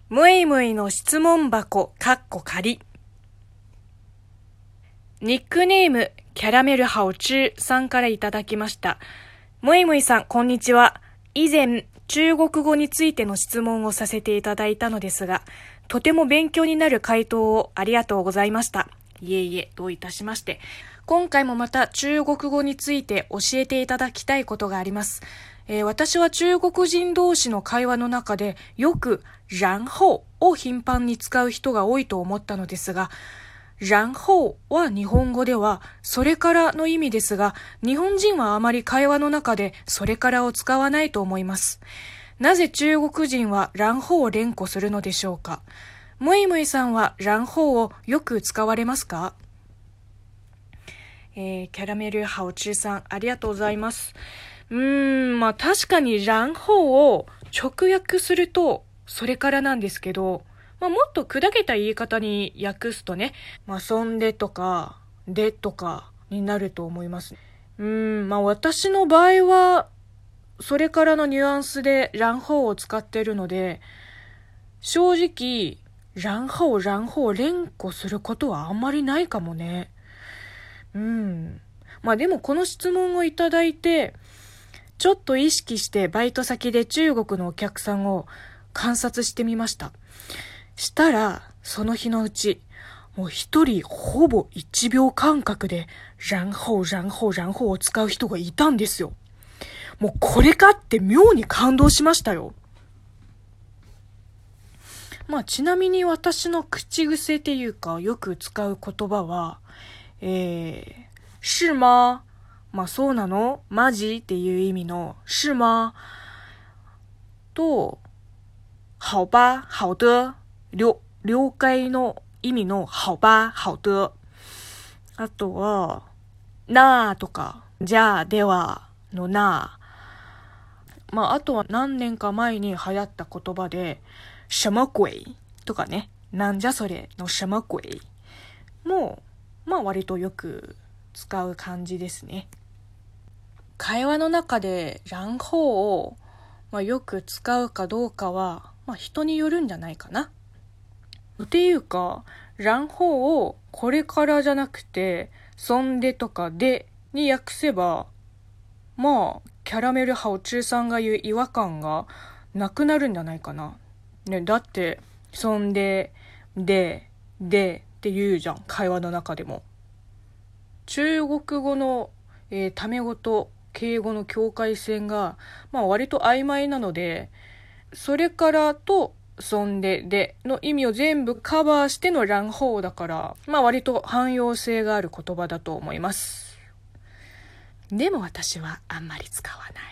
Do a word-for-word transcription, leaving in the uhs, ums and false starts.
むいむいの質問箱、かっこ仮。ニックネーム、キャラメルハオチュさんからいただきました。むいむいさん、こんにちは。以前、中国語についての質問をさせていただいたのですが、とても勉強になる回答をありがとうございました。いえいえ、どういたしまして。今回もまた中国語について教えていただきたいことがあります。えー、私は中国人同士の会話の中でよく然後を頻繁に使う人が多いと思ったのですが、然後は日本語ではそれからの意味ですが、日本人はあまり会話の中でそれからを使わないと思います。なぜ中国人は然後を連呼するのでしょうか。むいむいさんは然後をよく使われますか？えー、キャラメルハオチュさん、ありがとうございます。うーん、まあ確かに然後を直訳するとそれからなんですけど、まあもっと砕けた言い方に訳すとね、まあそんでとかでとかになると思います。うーん、まあ私の場合はそれからのニュアンスで然後を使ってるので、正直然後然後を連呼することはあんまりないかもね。うん。まあでもこの質問をいただいて、ちょっと意識してバイト先で中国のお客さんを観察してみました。したら、その日のうち、もう一人ほぼ一秒間隔で、然後、然後、然後を使う人がいたんですよ。もうこれかって妙に感動しましたよ。まあちなみに私の口癖っていうかよく使う言葉は、えー、是吗？まあそうなの？マジっていう意味の是吗？と、好吧、好的、了、了解の意味の好吧、好的。あとは、なあとか、じゃあ、ではのなあ。まああとは何年か前に流行った言葉で、什么鬼とかね、なんじゃそれの什么鬼も、まあ割とよく使う感じですね。会話の中で然後を、まあ、よく使うかどうかは、まあ、人によるんじゃないかな。っていうか、然後をこれからじゃなくて、そんでとかでに訳せば、まあ、キャラメルハオチュさんが言う違和感がなくなるんじゃないかな。ね、だって、そんで、で、でって言うじゃん、会話の中でも。中国語の、えー、タメ語と敬語の境界線が、まあ割と曖昧なので、それからとそんででの意味を全部カバーしての然後だから、まあ割と汎用性がある言葉だと思います。でも私はあんまり使わない。